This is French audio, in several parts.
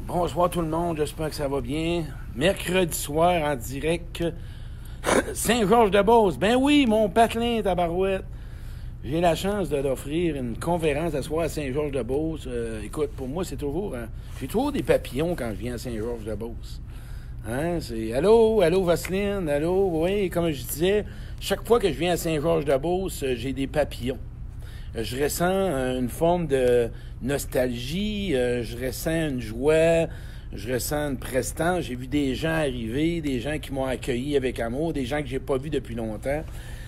Bonsoir tout le monde, j'espère que ça va bien. Mercredi soir en direct, Saint-Georges-de-Beauce. Ben oui, mon patelin tabarouette. J'ai la chance de l'offrir une conférence à soir à Saint-Georges-de-Beauce. Écoute, pour moi, c'est toujours... j'ai toujours des papillons quand je viens à Saint-Georges-de-Beauce. Hein? C'est allô, Vaseline, allô, oui, comme je disais, chaque fois que je viens à Saint-Georges-de-Beauce, j'ai des papillons. Je ressens une forme de nostalgie, je ressens une joie, je ressens une prestance. J'ai vu des gens arriver, des gens qui m'ont accueilli avec amour, des gens que j'ai pas vus depuis longtemps.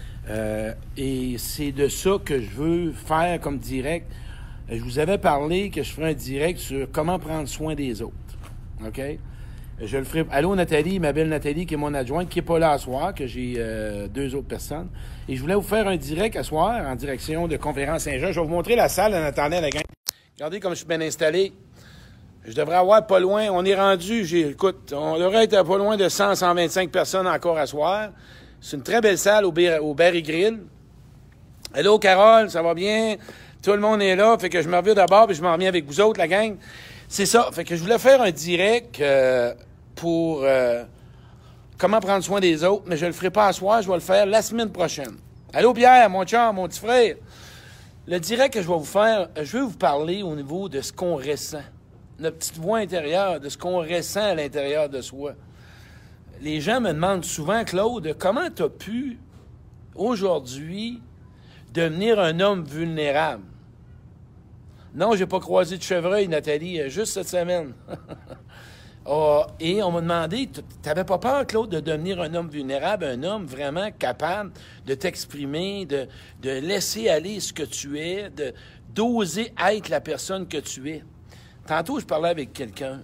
Et c'est de ça que je veux faire comme direct. Je vous avais parlé que je ferais un direct sur comment prendre soin des autres. OK? Je le ferai. Allô, Nathalie, ma belle Nathalie, qui est mon adjointe, qui n'est pas là à soir, que j'ai deux autres personnes. Et je voulais vous faire un direct à soir, en direction de Conférence Saint-Jean. Je vais vous montrer la salle en attendant la gang. Regardez comme je suis bien installé. Je devrais avoir pas loin. On est rendu, écoute, on devrait être pas loin de 100, 125 personnes encore à soir. C'est une très belle salle au Berry Grill. Allô, Carole, ça va bien? Tout le monde est là. Fait que je me reviens d'abord, puis je m'en reviens avec vous autres, la gang. C'est ça. Fait que je voulais faire un direct pour comment prendre soin des autres, mais je le ferai pas à soir, je vais le faire la semaine prochaine. Allô, Pierre, mon chum, mon petit frère. Le direct que je vais vous faire, je vais vous parler au niveau de ce qu'on ressent. Notre petite voix intérieure, de ce qu'on ressent à l'intérieur de soi. Les gens me demandent souvent, Claude, comment tu as pu, aujourd'hui, devenir un homme vulnérable? Non, j'ai pas croisé de chevreuil, Nathalie, juste cette semaine. Et on m'a demandé, t'avais pas peur, Claude, de devenir un homme vulnérable, un homme vraiment capable de t'exprimer, de laisser aller ce que tu es, d'oser être la personne que tu es. Tantôt, je parlais avec quelqu'un,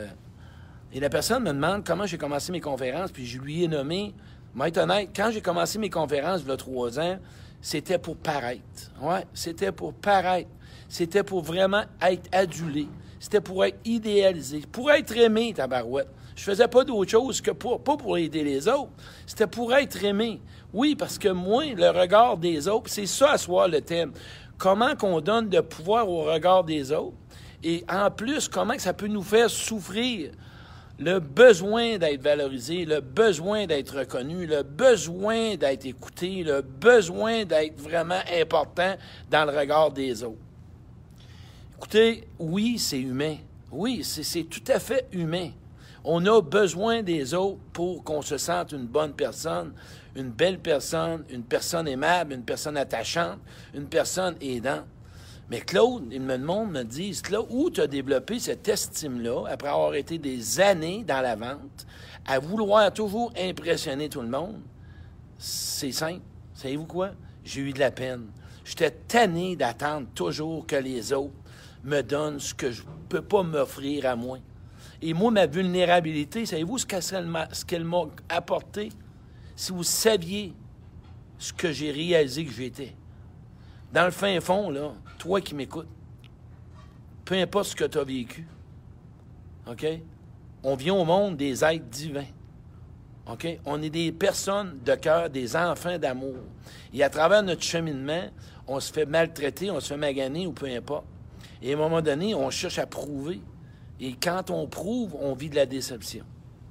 et la personne me demande comment j'ai commencé mes conférences, puis je lui ai nommé, moi être honnête, quand j'ai commencé mes conférences, il y a 3 ans, c'était pour paraître. Ouais, c'était pour paraître. C'était pour vraiment être adulé. C'était pour être idéalisé. Pour être aimé, tabarouette. Je faisais pas d'autre chose que pas pour aider les autres. C'était pour être aimé. Oui, parce que moi, le regard des autres, c'est ça à soi le thème. Comment qu'on donne de pouvoir au regard des autres. Et en plus, comment que ça peut nous faire souffrir. Le besoin d'être valorisé, le besoin d'être reconnu, le besoin d'être écouté, le besoin d'être vraiment important dans le regard des autres. Écoutez, oui, c'est humain. Oui, c'est tout à fait humain. On a besoin des autres pour qu'on se sente une bonne personne, une belle personne, une personne aimable, une personne attachante, une personne aidante. Mais Claude, il me demande, me disent, là, où tu as développé cette estime-là, après avoir été des années dans la vente, à vouloir toujours impressionner tout le monde? C'est simple. Savez-vous quoi? J'ai eu de la peine. J'étais tanné d'attendre toujours que les autres me donnent ce que je ne peux pas m'offrir à moi. Et moi, ma vulnérabilité, savez-vous ce qu'elle m'a apporté? Si vous saviez ce que j'ai réalisé que j'étais. Dans le fin fond, là, toi qui m'écoutes, peu importe ce que tu as vécu, OK? On vient au monde des êtres divins. OK? On est des personnes de cœur, des enfants d'amour. Et à travers notre cheminement, on se fait maltraiter, on se fait maganer ou peu importe. Et à un moment donné, on cherche à prouver. Et quand on prouve, on vit de la déception.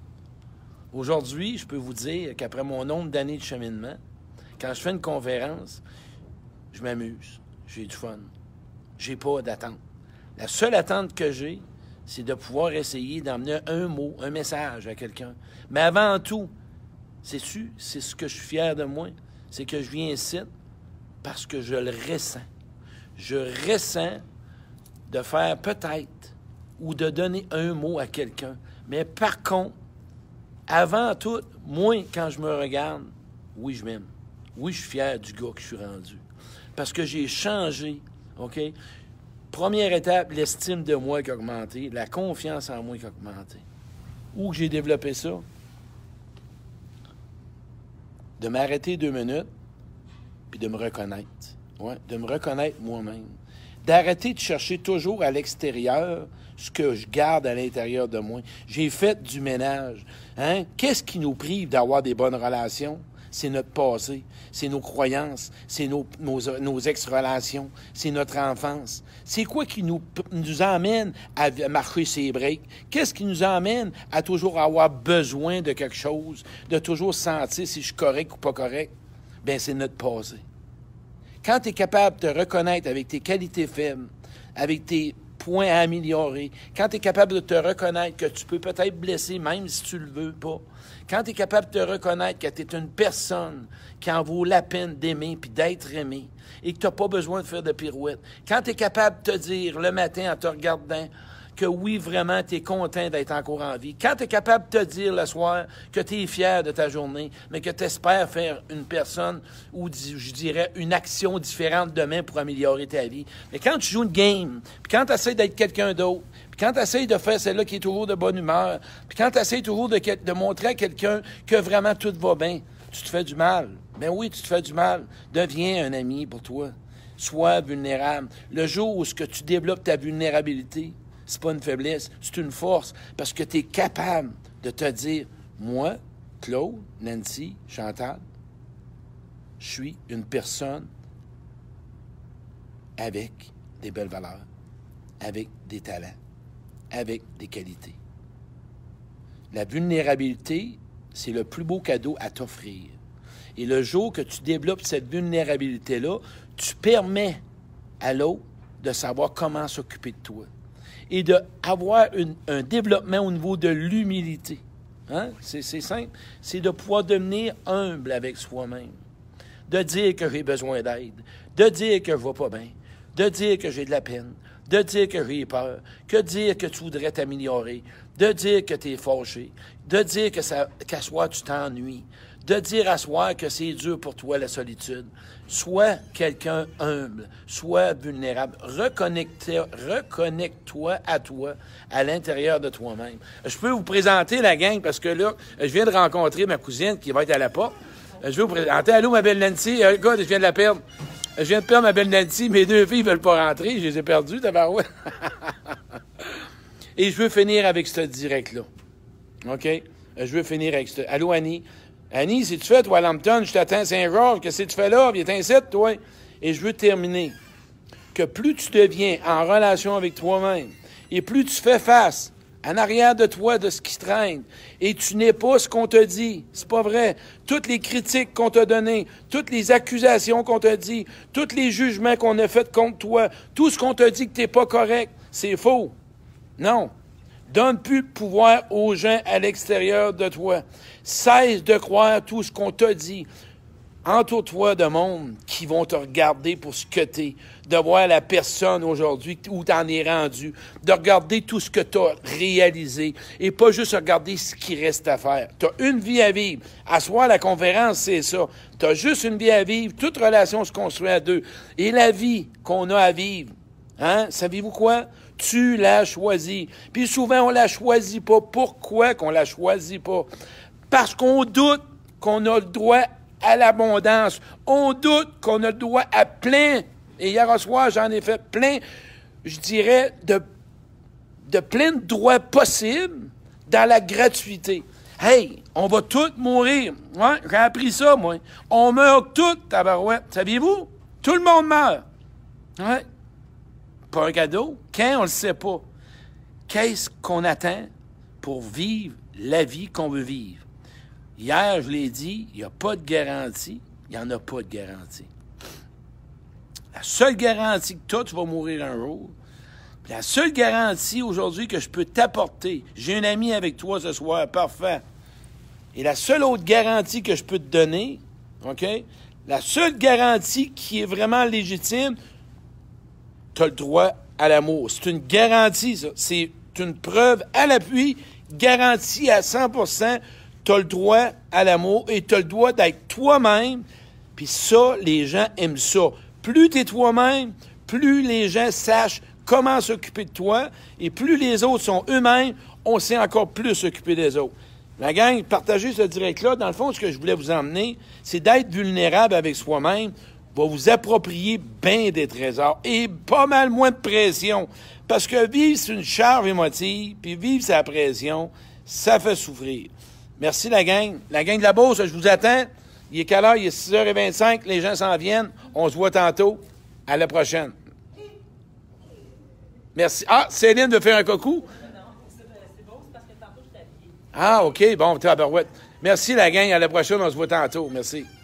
Aujourd'hui, je peux vous dire qu'après mon nombre d'années de cheminement, quand je fais une conférence, je m'amuse, j'ai du fun, j'ai pas d'attente. La seule attente que j'ai, c'est de pouvoir essayer d'emmener un mot, un message à quelqu'un. Mais avant tout, c'est ce que je suis fier de moi, c'est que je viens ici parce que je le ressens. Je ressens de faire peut-être ou de donner un mot à quelqu'un. Mais par contre, avant tout, moi, quand je me regarde, oui, je m'aime. Oui, je suis fier du gars que je suis rendu. Parce que j'ai changé, OK? Première étape, l'estime de moi qui a augmenté, la confiance en moi qui a augmenté. Où j'ai développé ça? De m'arrêter 2 minutes, puis de me reconnaître. Ouais, de me reconnaître moi-même. D'arrêter de chercher toujours à l'extérieur ce que je garde à l'intérieur de moi. J'ai fait du ménage. Hein? Qu'est-ce qui nous prive d'avoir des bonnes relations? c'est notre passé, c'est nos croyances, c'est nos ex-relations, c'est notre enfance. C'est quoi qui nous emmène à marcher ses breaks? Qu'est-ce qui nous emmène à toujours avoir besoin de quelque chose, de toujours sentir si je suis correct ou pas correct? Bien, c'est notre passé. Quand tu es capable de te reconnaître avec tes qualités faibles, avec tes points à améliorer, quand tu es capable de te reconnaître que tu peux peut-être blesser même si tu le veux pas, quand tu es capable de te reconnaître que tu es une personne qui en vaut la peine d'aimer puis d'être aimé et que tu n'as pas besoin de faire de pirouettes, quand tu es capable de te dire le matin en te regardant que oui, vraiment, tu es content d'être encore en vie, quand tu es capable de te dire le soir que tu es fier de ta journée, mais que tu espères faire une personne ou, je dirais, une action différente demain pour améliorer ta vie. Mais quand tu joues une game, puis quand tu essaies d'être quelqu'un d'autre, puis quand tu essaies de faire celle-là qui est toujours de bonne humeur, puis quand tu essaies toujours de montrer à quelqu'un que vraiment tout va bien, tu te fais du mal. Ben oui, tu te fais du mal. Deviens un ami pour toi. Sois vulnérable. Le jour où tu développes ta vulnérabilité, c'est pas une faiblesse, c'est une force, parce que tu es capable de te dire, moi, Claude, Nancy, Chantal, je suis une personne avec des belles valeurs, avec des talents, avec des qualités. La vulnérabilité, c'est le plus beau cadeau à t'offrir. Et le jour que tu développes cette vulnérabilité-là, tu permets à l'autre de savoir comment s'occuper de toi. Et d'avoir un développement au niveau de l'humilité. Hein? C'est simple. C'est de pouvoir devenir humble avec soi-même. De dire que j'ai besoin d'aide. De dire que je ne vais pas bien. De dire que j'ai de la peine. De dire que j'ai peur. Que dire que tu voudrais t'améliorer. De dire que tu es fâché. De dire qu'à soir, tu t'ennuies. De dire à soir que c'est dur pour toi, la solitude. Sois quelqu'un humble. Sois vulnérable. Reconnecte-toi à toi, à l'intérieur de toi-même. Je peux vous présenter la gang parce que là, je viens de rencontrer ma cousine qui va être à la porte. Je vais vous présenter. Allô, ma belle Nancy. Écoute, je viens de la perdre. Je viens de perdre ma belle Nancy. Mes deux filles ne veulent pas rentrer. Je les ai perdues, tabarouette. Et je veux finir avec ce direct-là. OK? Je veux finir avec ce... Allô, Annie? Annie, si tu fais, toi, à Lambton, je t'attends à Saint-Georges, qu'est-ce que tu fais là? Viens t'incite, toi. Et je veux terminer. Que plus tu deviens en relation avec toi-même, et plus tu fais face en arrière de toi de ce qui se traîne, et tu n'es pas ce qu'on te dit. C'est pas vrai. Toutes les critiques qu'on t'a données, toutes les accusations qu'on t'a dit, tous les jugements qu'on a faits contre toi, tout ce qu'on t'a dit que t'es pas correct, c'est faux. Non. Donne plus de pouvoir aux gens à l'extérieur de toi. Cesse de croire tout ce qu'on t'a dit. Entoure-toi de monde qui vont te regarder pour ce que t'es, de voir la personne aujourd'hui où t'en es rendu, de regarder tout ce que t'as réalisé et pas juste regarder ce qui reste à faire. T'as une vie à vivre. À soir, la conférence, c'est ça. T'as juste une vie à vivre. Toute relation se construit à deux. Et la vie qu'on a à vivre, hein, savez-vous quoi? Tu l'as choisi. Puis souvent, on la choisit pas. Pourquoi qu'on la choisit pas? Parce qu'on doute qu'on a le droit à l'abondance. On doute qu'on a le droit à plein. Et hier soir, j'en ai fait plein, je dirais, de plein de droits possibles dans la gratuité. Hey, on va tous mourir. Ouais, j'ai appris ça, moi. On meurt tous, tabarouette. Saviez-vous? Tout le monde meurt. Ouais. Pas un cadeau. Quand, on le sait pas. Qu'est-ce qu'on attend pour vivre la vie qu'on veut vivre? Hier, je l'ai dit, il n'y a pas de garantie. Il n'y en a pas de garantie. La seule garantie que toi, tu vas mourir un jour, puis la seule garantie aujourd'hui que je peux t'apporter, j'ai un ami avec toi ce soir, parfait. Et la seule autre garantie que je peux te donner, OK? La seule garantie qui est vraiment légitime, tu as le droit à l'amour. C'est une garantie, ça. C'est une preuve à l'appui, garantie à 100%. Tu as le droit à l'amour et tu as le droit d'être toi-même. Puis ça, les gens aiment ça. Plus tu es toi-même, plus les gens sachent comment s'occuper de toi et plus les autres sont eux-mêmes, on sait encore plus s'occuper des autres. La gang, partagez ce direct-là. Dans le fond, ce que je voulais vous emmener, c'est d'être vulnérable avec soi-même, va vous approprier bien des trésors et pas mal moins de pression. Parce que vivre, c'est une charge émotive, puis vivre, c'est la pression, ça fait souffrir. Merci, la gang. La gang de la Beauce, je vous attends. Il est quelle heure? Il est 6h25. Les gens s'en viennent. On se voit tantôt. À la prochaine. Merci. Ah, Céline veut faire un coucou? C'est beau, c'est parce que tantôt, je t'ai habillé. Ah, OK. Bon, tabarouette. Merci, la gang. À la prochaine. On se voit tantôt. Merci.